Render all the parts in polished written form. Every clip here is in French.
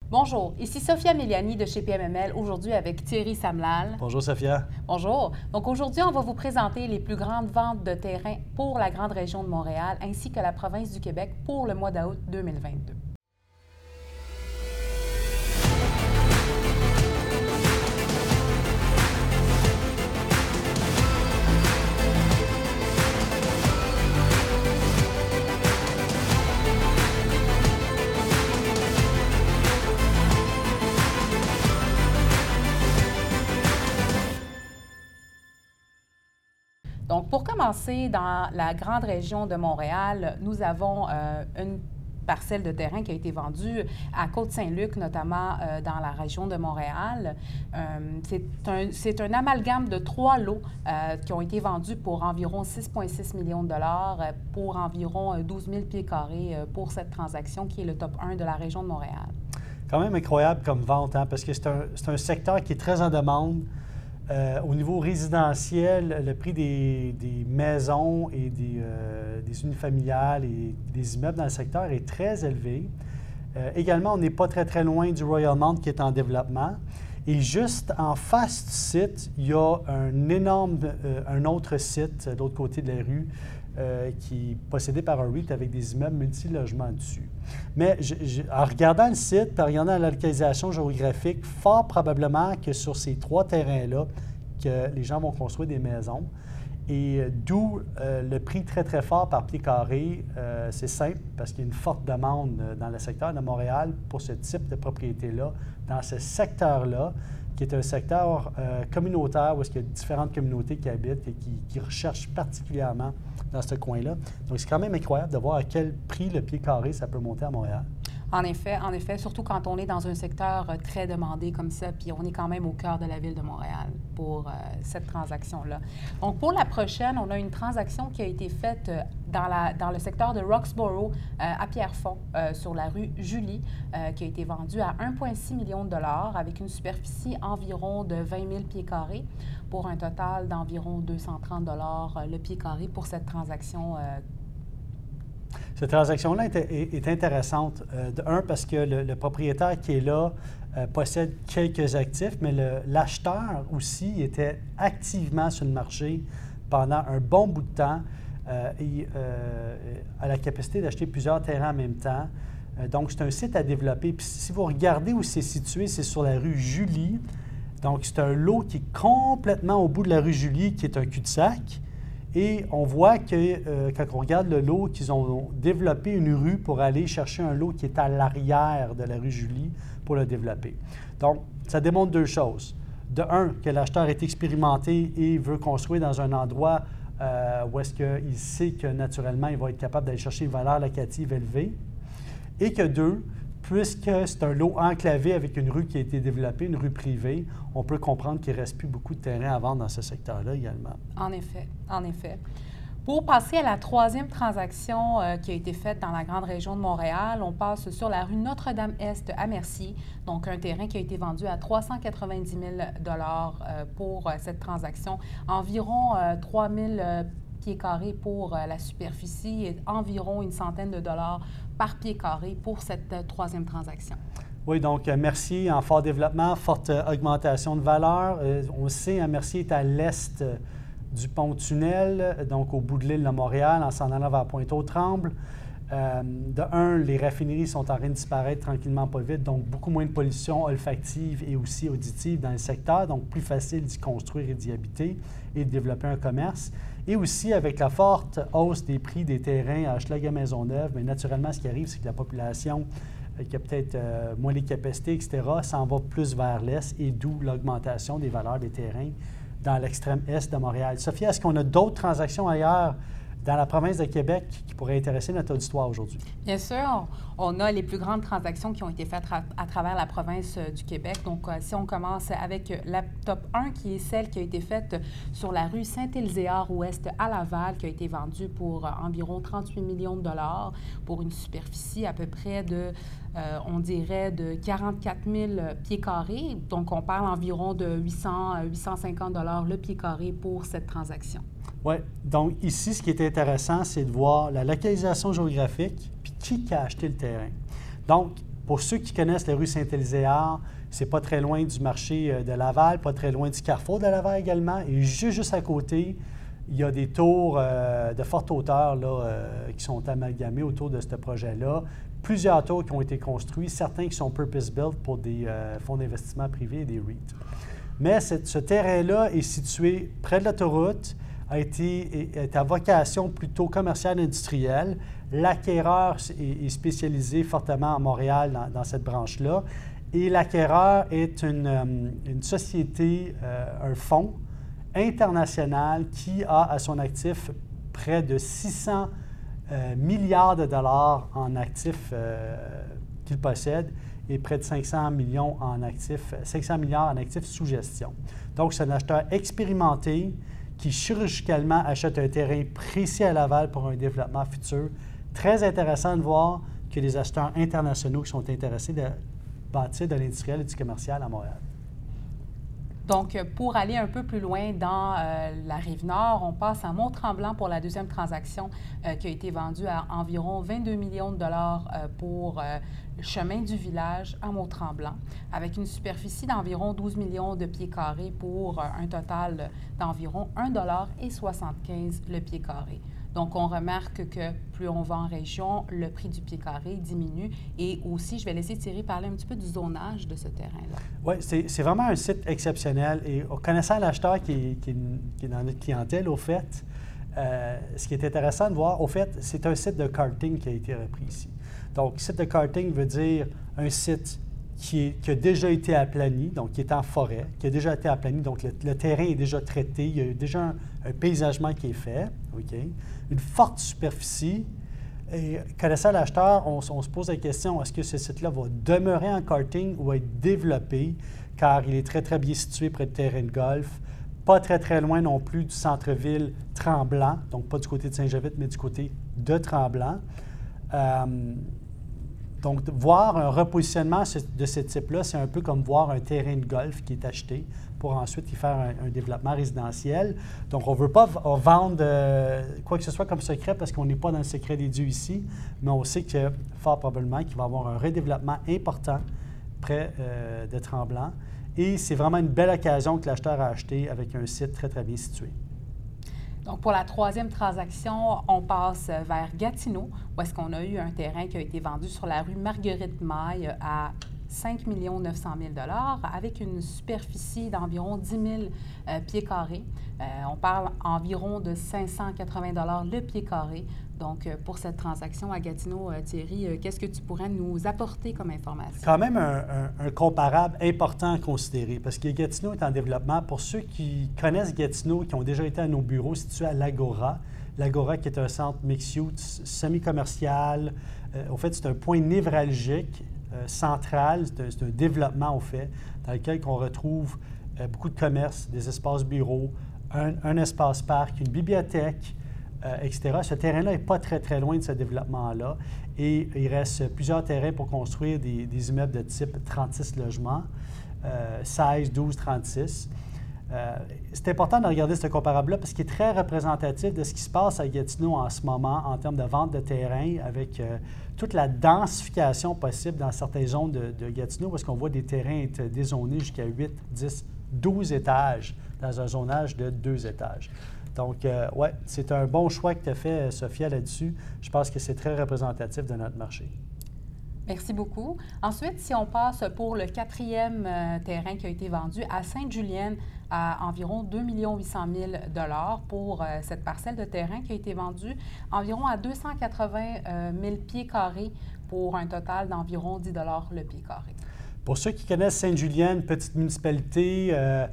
Bonjour, ici Sophia Méliani de chez PMML, aujourd'hui avec Thierry Samlal. Bonjour Sophia. Bonjour. Donc aujourd'hui, on va vous présenter les plus grandes ventes de terrain pour la grande région de Montréal ainsi que la province du Québec pour le mois d'août 2022. Donc, pour commencer, dans la grande région de Montréal, nous avons une parcelle de terrain qui a été vendue à Côte-Saint-Luc, notamment dans la région de Montréal. C'est un amalgame de 3 lots qui ont été vendus pour environ 6,6 millions de dollars pour environ 12 000 pieds carrés pour cette transaction qui est le top 1 de la région de Montréal. Quand même incroyable comme vente, hein, parce que c'est un secteur qui est très en demande. Au niveau résidentiel, le prix des maisons et des unifamiliales et des immeubles dans le secteur est très élevé. Également, on n'est pas très loin du Royalmount qui est en développement. Et juste en face du site, il y a un autre site de l'autre côté de la rue qui est possédé par un REIT avec des immeubles multi-logements dessus. Mais en regardant le site, en regardant la localisation géographique, fort probablement que sur ces 3 terrains-là, que les gens vont construire des maisons. Et d'où le prix très fort par pied carré. C'est simple parce qu'il y a une forte demande dans le secteur de Montréal pour ce type de propriété-là, dans ce secteur-là, qui est un secteur communautaire où il y a différentes communautés qui habitent et qui recherchent particulièrement dans ce coin-là. Donc, c'est quand même incroyable de voir à quel prix le pied carré ça peut monter à Montréal. En effet, surtout quand on est dans un secteur très demandé comme ça, puis on est quand même au cœur de la ville de Montréal pour cette transaction-là. Donc, pour la prochaine, on a une transaction qui a été faite dans le secteur de Roxborough, à Pierrefonds, sur la rue Julie, qui a été vendue à 1,6 million de dollars avec une superficie environ de 20 000 pieds carrés pour un total d'environ 230 dollars le pied carré pour cette transaction. Cette transaction-là est intéressante. De un, parce que le propriétaire qui est là possède quelques actifs, mais l'acheteur aussi était activement sur le marché pendant un bon bout de temps et a la capacité d'acheter plusieurs terrains en même temps. Donc, c'est un site à développer. Puis, si vous regardez où c'est situé, c'est sur la rue Julie. Donc, c'est un lot qui est complètement au bout de la rue Julie, qui est un cul-de-sac. Et on voit que quand on regarde le lot, qu'ils ont développé une rue pour aller chercher un lot qui est à l'arrière de la rue Julie pour le développer. Donc, ça démontre 2 choses. De un, que l'acheteur est expérimenté et veut construire dans un endroit où est-ce qu'il sait que naturellement, il va être capable d'aller chercher une valeur locative élevée. Et que 2, puisque c'est un lot enclavé avec une rue qui a été développée, une rue privée, on peut comprendre qu'il ne reste plus beaucoup de terrain à vendre dans ce secteur-là également. En effet. Pour passer à la 3e transaction qui a été faite dans la grande région de Montréal, on passe sur la rue Notre-Dame-Est à Mercier, donc un terrain qui a été vendu à 390 000 dollars pour cette transaction, environ 3 000 pieds carrés pour la superficie et environ une centaine de dollars par pied carré pour cette 3e transaction. Oui, donc Mercier en fort développement, forte augmentation de valeur. On sait, Mercier est à l'est du pont-tunnel, donc au bout de l'île de Montréal, en s'en allant vers Pointe-aux-Trembles. De un, les raffineries sont en train de disparaître tranquillement, pas vite, donc beaucoup moins de pollution olfactive et aussi auditive dans le secteur, donc plus facile d'y construire et d'y habiter et de développer un commerce. Et aussi, avec la forte hausse des prix des terrains à Hochelaga-Maisonneuve, mais naturellement, ce qui arrive, c'est que la population qui a peut-être moins les capacités, etc., s'en va plus vers l'est et d'où l'augmentation des valeurs des terrains dans l'extrême est de Montréal. Sophia, est-ce qu'on a d'autres transactions ailleurs dans la province de Québec qui pourraient intéresser notre auditoire aujourd'hui? Bien sûr, on a les plus grandes transactions qui ont été faites à travers la province du Québec. Donc, si on commence avec la top 1, qui est celle qui a été faite sur la rue Saint-Élyséard-Ouest à Laval, qui a été vendue pour environ 38 millions de dollars pour une superficie à peu près de, on dirait, de 44 000 pieds carrés. Donc, on parle environ de 850 dollars le pied carré pour cette transaction. Oui. Donc, ici, ce qui est intéressant, c'est de voir la localisation géographique puis qui a acheté le terrain. Donc, Pour ceux qui connaissent la rue Saint-Élyséard, c'est pas très loin du marché de Laval, pas très loin du carrefour de Laval également. Et juste à côté, il y a des tours de forte hauteur là, qui sont amalgamées autour de ce projet-là. Plusieurs tours qui ont été construits, certains qui sont purpose-built pour des fonds d'investissement privés et des REIT. Mais ce terrain-là est situé près de l'autoroute, est à vocation plutôt commerciale industrielle. L'acquéreur est spécialisé fortement à Montréal dans cette branche-là. Et l'acquéreur est une société, un fonds international qui a à son actif près de 600 milliards de dollars en actifs qu'il possède et près de 500 millions en actifs, 500 milliards en actifs sous gestion. Donc, c'est un acheteur expérimenté qui chirurgicalement achète un terrain précis à Laval pour un développement futur. Très intéressant de voir que les acheteurs internationaux qui sont intéressés de bâtir de l'industriel et du commercial à Montréal. Donc, pour aller un peu plus loin dans la Rive-Nord, on passe à Mont-Tremblant pour la deuxième transaction qui a été vendue à environ 22 millions de dollars pour le chemin du village à Mont-Tremblant, avec une superficie d'environ 12 millions de pieds carrés pour un total d'environ 1,75 $ le pied carré. Donc, on remarque que plus on va en région, le prix du pied carré diminue. Et aussi, je vais laisser Thierry parler un petit peu du zonage de ce terrain-là. Oui, c'est vraiment un site exceptionnel. Et connaissant l'acheteur qui est dans notre clientèle, au fait, ce qui est intéressant de voir, au fait, c'est un site de karting qui a été repris ici. Donc, site de karting veut dire un site qui a déjà été aplani, donc qui est en forêt, qui a déjà été aplani, donc le terrain est déjà traité, il y a déjà un paysagement qui est fait, OK? Une forte superficie. Et connaissant l'acheteur, on se pose la question, est-ce que ce site-là va demeurer en karting ou être développé, car il est très, très bien situé près de terrain de golf, pas très, très loin non plus du centre-ville Tremblant, donc pas du côté de Saint-Jovite, mais du côté de Tremblant. Donc, voir un repositionnement de ce type-là, c'est un peu comme voir un terrain de golf qui est acheté pour ensuite y faire un développement résidentiel. Donc, on ne veut pas vendre quoi que ce soit comme secret parce qu'on n'est pas dans le secret des dieux ici, mais on sait que fort probablement qu'il va y avoir un redéveloppement important près de Tremblant. Et c'est vraiment une belle occasion que l'acheteur a acheté avec un site très, très bien situé. Donc, pour la troisième transaction, on passe vers Gatineau, où est-ce qu'on a eu un terrain qui a été vendu sur la rue Marguerite-Maille à 5 900 000 $ avec une superficie d'environ 10 000 pieds carrés. On parle environ de 580 $ le pied carré. Donc, pour cette transaction à Gatineau, Thierry, qu'est-ce que tu pourrais nous apporter comme information? Quand même un comparable important à considérer, parce que Gatineau est en développement. Pour ceux qui connaissent Gatineau, qui ont déjà été à nos bureaux situés à l'Agora, l'Agora qui est un centre mixed-use, semi-commercial. Au fait, c'est un point névralgique, central, c'est un développement, au fait, dans lequel on retrouve beaucoup de commerces, des espaces bureaux, un espace parc, une bibliothèque, etc. Ce terrain-là n'est pas très, très loin de ce développement-là. Et il reste plusieurs terrains pour construire des immeubles de type 36 logements, 16, 12, 36. C'est important de regarder ce comparable-là parce qu'il est très représentatif de ce qui se passe à Gatineau en ce moment en termes de vente de terrain avec toute la densification possible dans certaines zones de Gatineau parce qu'on voit des terrains être dézonés jusqu'à 8, 10, 12 étages dans un zonage de 2 étages. Donc, oui, c'est un bon choix que tu as fait, Sophia, là-dessus. Je pense que c'est très représentatif de notre marché. Merci beaucoup. Ensuite, si on passe pour le quatrième terrain qui a été vendu à Sainte-Julienne à environ 2 800 000 $ pour cette parcelle de terrain qui a été vendue environ à 280 000 pieds carrés pour un total d'environ 10 $ le pied carré. Pour ceux qui connaissent Sainte-Julienne, petite municipalité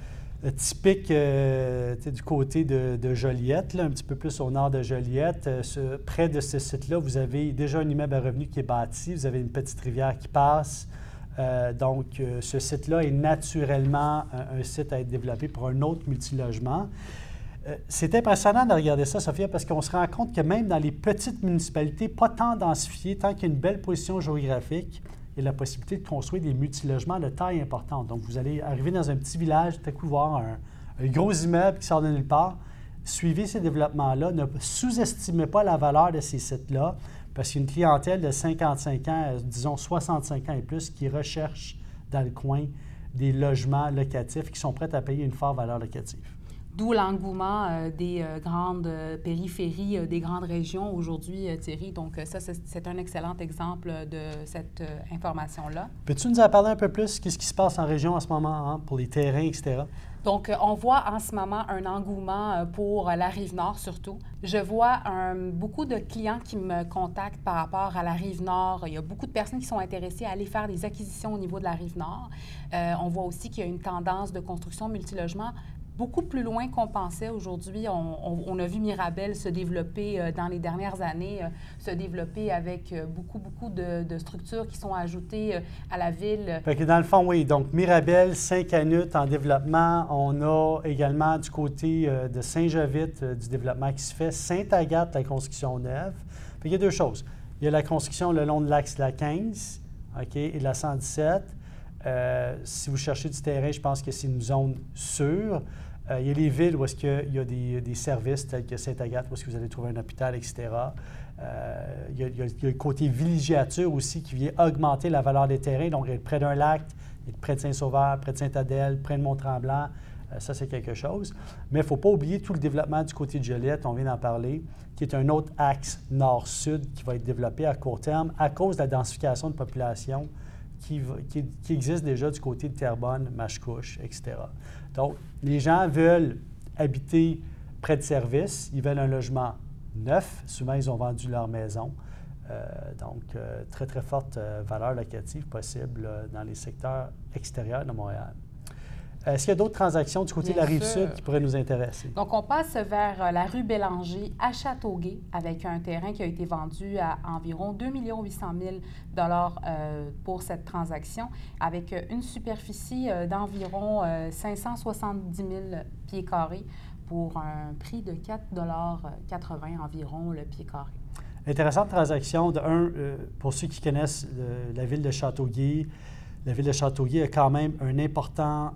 typique du côté de Joliette, là, un petit peu plus au nord de Joliette. Près de ce site-là, vous avez déjà un immeuble à revenus qui est bâti. Vous avez une petite rivière qui passe. Donc, ce site-là est naturellement un site à être développé pour un autre multilogement. C'est impressionnant de regarder ça, Sophia, parce qu'on se rend compte que même dans les petites municipalités, pas tant densifiées, tant qu'il y a une belle position géographique, il y a la possibilité de construire des multilogements de taille importante. Donc, vous allez arriver dans un petit village, tout à coup voir un gros immeuble qui sort de nulle part. Suivez ces développements-là. Ne sous-estimez pas la valeur de ces sites-là parce qu'il y a une clientèle de 55 ans, disons 65 ans et plus, qui recherche dans le coin des logements locatifs qui sont prêts à payer une forte valeur locative. D'où l'engouement des grandes périphéries, des grandes régions aujourd'hui, Thierry. Donc, ça, c'est un excellent exemple de cette information-là. Peux-tu nous en parler un peu plus? Qu'est-ce qui se passe en région en ce moment, hein, pour les terrains, etc.? Donc, on voit en ce moment un engouement pour la Rive-Nord surtout. Je vois beaucoup de clients qui me contactent par rapport à la Rive-Nord. Il y a beaucoup de personnes qui sont intéressées à aller faire des acquisitions au niveau de la Rive-Nord. On voit aussi qu'il y a une tendance de construction multilogement beaucoup plus loin qu'on pensait. Aujourd'hui, on a vu Mirabel se développer dans les dernières années, se développer avec beaucoup de structures qui sont ajoutées à la ville. Fait que dans le fond, oui. Donc, Mirabel, Saint-Canute en développement. On a également du côté de Saint-Jovite du développement qui se fait. Sainte-Agathe, la construction neuve. Fait qu'il y a deux choses. Il y a la construction le long de l'axe de la 15, OK, et de la 117. Si vous cherchez du terrain, je pense que c'est une zone sûre. Il y a les villes où est-ce qu'il y a des services tels que Sainte-Agathe, où est-ce que vous allez trouver un hôpital, etc. Il y a le côté villégiature aussi qui vient augmenter la valeur des terrains. Donc, près d'un lac, près de Saint-Sauveur, près de Sainte-Adèle, près de Mont-Tremblant, ça, c'est quelque chose. Mais il ne faut pas oublier tout le développement du côté de Joliette, on vient d'en parler, qui est un autre axe nord-sud qui va être développé à court terme à cause de la densification de population qui existe déjà du côté de Terrebonne, Mascouche, etc. Donc, les gens veulent habiter près de services, ils veulent un logement neuf. Souvent, ils ont vendu leur maison. Donc, très, très forte valeur locative possible dans les secteurs extérieurs de Montréal. Est-ce qu'il y a d'autres transactions du côté de la Rive-Sud qui pourraient nous intéresser? Donc, on passe vers la rue Bélanger à Châteauguay avec un terrain qui a été vendu à environ 2 800 000 pour cette transaction, avec une superficie d'environ 570 000 pieds carrés pour un prix de 4,80 environ le pied carré. Intéressante transaction. Pour ceux qui connaissent la ville de Châteauguay, la ville de Châteauguay a quand même une importante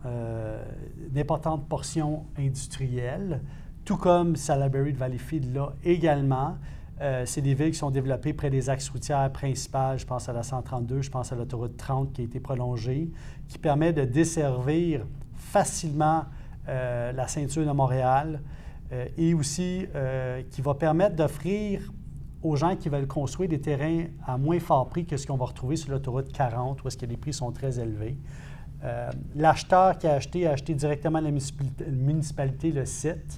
portion industrielle, tout comme Salaberry de Valleyfield là également. C'est des villes qui sont développées près des axes routières principales. Je pense à la 132, je pense à l'autoroute 30 qui a été prolongée, qui permet de desservir facilement la ceinture de Montréal et aussi qui va permettre d'offrir aux gens qui veulent construire des terrains à moins fort prix que ce qu'on va retrouver sur l'autoroute 40, où est-ce que les prix sont très élevés. L'acheteur qui a acheté directement à la municipalité le site.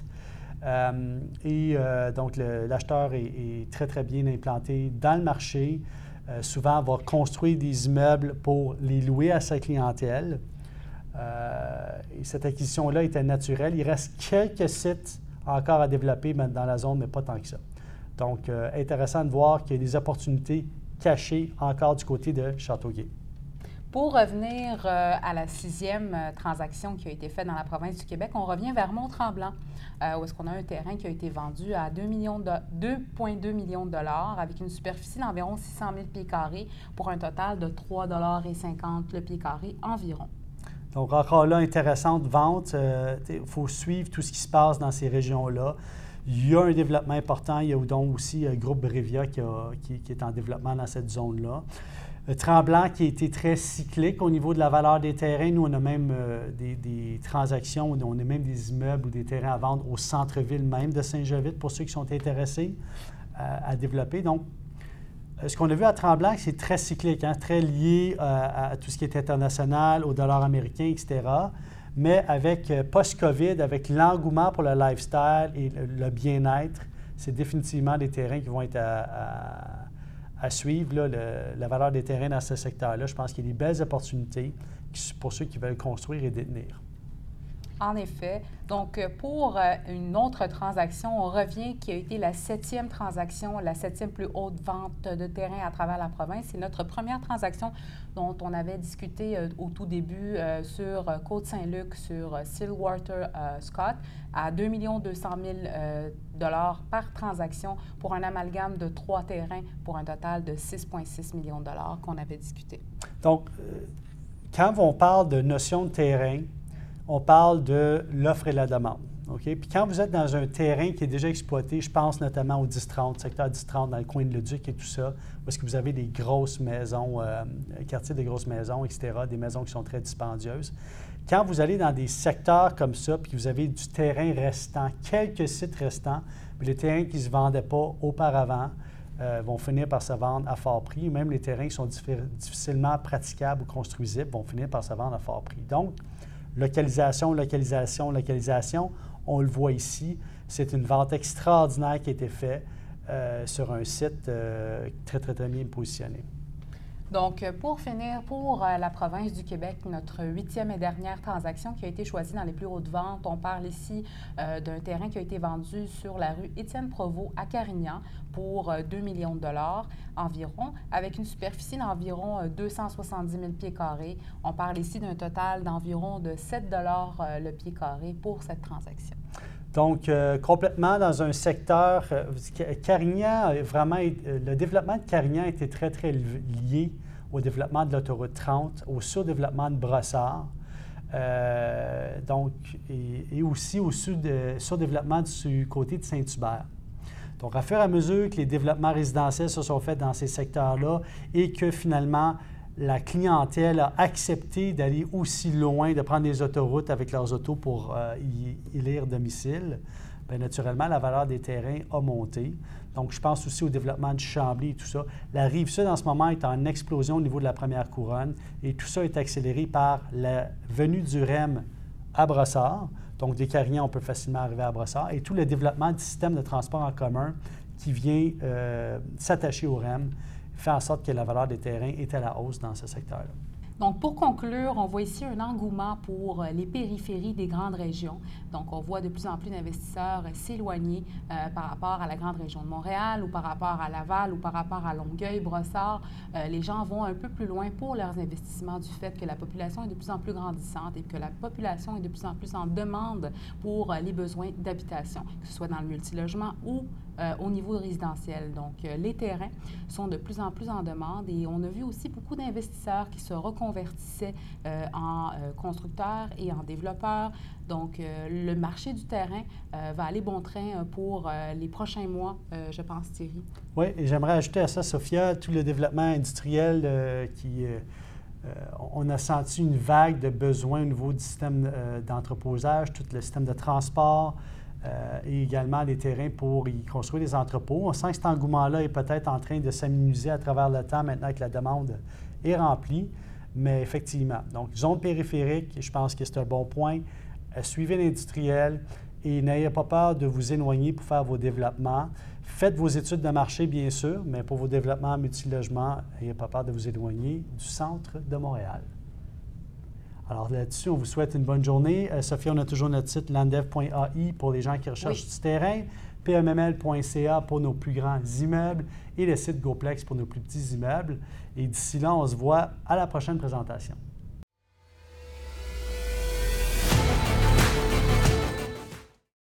Donc, l'acheteur est très, très bien implanté dans le marché. Souvent, va construire des immeubles pour les louer à sa clientèle. Et cette acquisition-là était naturelle. Il reste quelques sites encore à développer dans la zone, mais pas tant que ça. Donc, intéressant de voir qu'il y a des opportunités cachées encore du côté de Châteauguay. Pour revenir à la 6e transaction qui a été faite dans la province du Québec, on revient vers Mont-Tremblant, où est-ce qu'on a un terrain qui a été vendu à 2,2 millions de dollars avec une superficie d'environ 600 000 pieds carrés pour un total de 3,50 $ le pied carré environ. Donc, encore là, intéressante vente. Il faut suivre tout ce qui se passe dans ces régions-là. Il y a un développement important. Il y a donc aussi un groupe Brevia qui est en développement dans cette zone-là. Tremblant qui a été très cyclique au niveau de la valeur des terrains. Nous, on a même des transactions, on a même des immeubles ou des terrains à vendre au centre-ville même de Saint-Jovite pour ceux qui sont intéressés à développer. Donc, ce qu'on a vu à Tremblant, c'est très cyclique, hein, très lié à tout ce qui est international, au dollar américain, etc. Mais avec post-COVID, avec l'engouement pour le lifestyle et le bien-être, c'est définitivement des terrains qui vont être à suivre. Là, la valeur des terrains dans ce secteur-là, je pense qu'il y a des belles opportunités pour ceux qui veulent construire et détenir. En effet. Donc, pour une autre transaction, on revient qui a été la 7e transaction, la 7e plus haute vente de terrain à travers la province. C'est notre première transaction dont on avait discuté au tout début sur Côte-Saint-Luc, sur Stillwater Scott, à 2 200 000 $ par transaction pour un amalgame de 3 terrains pour un total de 6,6 millions de dollars qu'on avait discuté. Donc, quand on parle de notion de terrain, on parle de l'offre et la demande. OK? Puis quand vous êtes dans un terrain qui est déjà exploité, je pense notamment au 10-30, secteur 10-30, dans le coin de Leduc et tout ça, parce que vous avez des grosses maisons, quartiers de grosses maisons, etc., des maisons qui sont très dispendieuses. Quand vous allez dans des secteurs comme ça, puis vous avez du terrain restant, quelques sites restants, mais les terrains qui ne se vendaient pas auparavant vont finir par se vendre à fort prix. Même les terrains qui sont difficilement praticables ou construisibles vont finir par se vendre à fort prix. Donc, localisation, localisation, localisation, on le voit ici. C'est une vente extraordinaire qui a été faite sur un site très, très, très bien positionné. Donc, pour finir, pour la province du Québec, notre 8e et dernière transaction qui a été choisie dans les plus hautes ventes, on parle ici d'un terrain qui a été vendu sur la rue Étienne-Provost à Carignan pour 2 millions de dollars environ, avec une superficie d'environ 270 000 pieds carrés. On parle ici d'un total d'environ de 7 $ le pied carré pour cette transaction. Donc, complètement dans un secteur, Carignan, vraiment, le développement de Carignan était très, très lié au développement de l'autoroute 30, au surdéveloppement de Brossard, donc, et aussi au surdéveloppement du côté de Saint-Hubert. Donc, à fur et à mesure que les développements résidentiels se sont faits dans ces secteurs-là et que finalement, la clientèle a accepté d'aller aussi loin, de prendre les autoroutes avec leurs autos pour y lire domicile, bien, naturellement, la valeur des terrains a monté. Donc, je pense aussi au développement du Chambly et tout ça. La Rive-Sud, en ce moment, est en explosion au niveau de la première couronne et tout ça est accéléré par la venue du REM à Brossard. Donc, des Carignan, on peut facilement arriver à Brossard et tout le développement du système de transport en commun qui vient s'attacher au REM fait en sorte que la valeur des terrains est à la hausse dans ce secteur-là. Donc, pour conclure, on voit ici un engouement pour les périphéries des grandes régions. Donc, on voit de plus en plus d'investisseurs s'éloigner par rapport à la grande région de Montréal ou par rapport à Laval ou par rapport à Longueuil, Brossard. Les gens vont un peu plus loin pour leurs investissements du fait que la population est de plus en plus grandissante et que la population est de plus en plus en demande pour les besoins d'habitation, que ce soit dans le multilogement ou au niveau résidentiel. Donc, les terrains sont de plus en demande et on a vu aussi beaucoup d'investisseurs qui se reconvertissaient en constructeurs et en développeurs. Donc, le marché du terrain va aller bon train pour les prochains mois, je pense, Thierry. Oui, et j'aimerais ajouter à ça, Sophia, tout le développement industriel on a senti une vague de besoins au niveau du système d'entreposage, tout le système de transport, et également des terrains pour y construire des entrepôts. On sent que cet engouement-là est peut-être en train de s'amenuiser à travers le temps maintenant que la demande est remplie. Mais effectivement, donc zone périphérique, je pense que c'est un bon point. Suivez l'industriel et n'ayez pas peur de vous éloigner pour faire vos développements. Faites vos études de marché, bien sûr, mais pour vos développements multilogement, n'ayez pas peur de vous éloigner du centre de Montréal. Alors là-dessus, on vous souhaite une bonne journée. Sophia, on a toujours notre site landev.ai pour les gens qui recherchent du terrain, pmml.ca pour nos plus grands immeubles et le site GoPlex pour nos plus petits immeubles. Et d'ici là, on se voit à la prochaine présentation.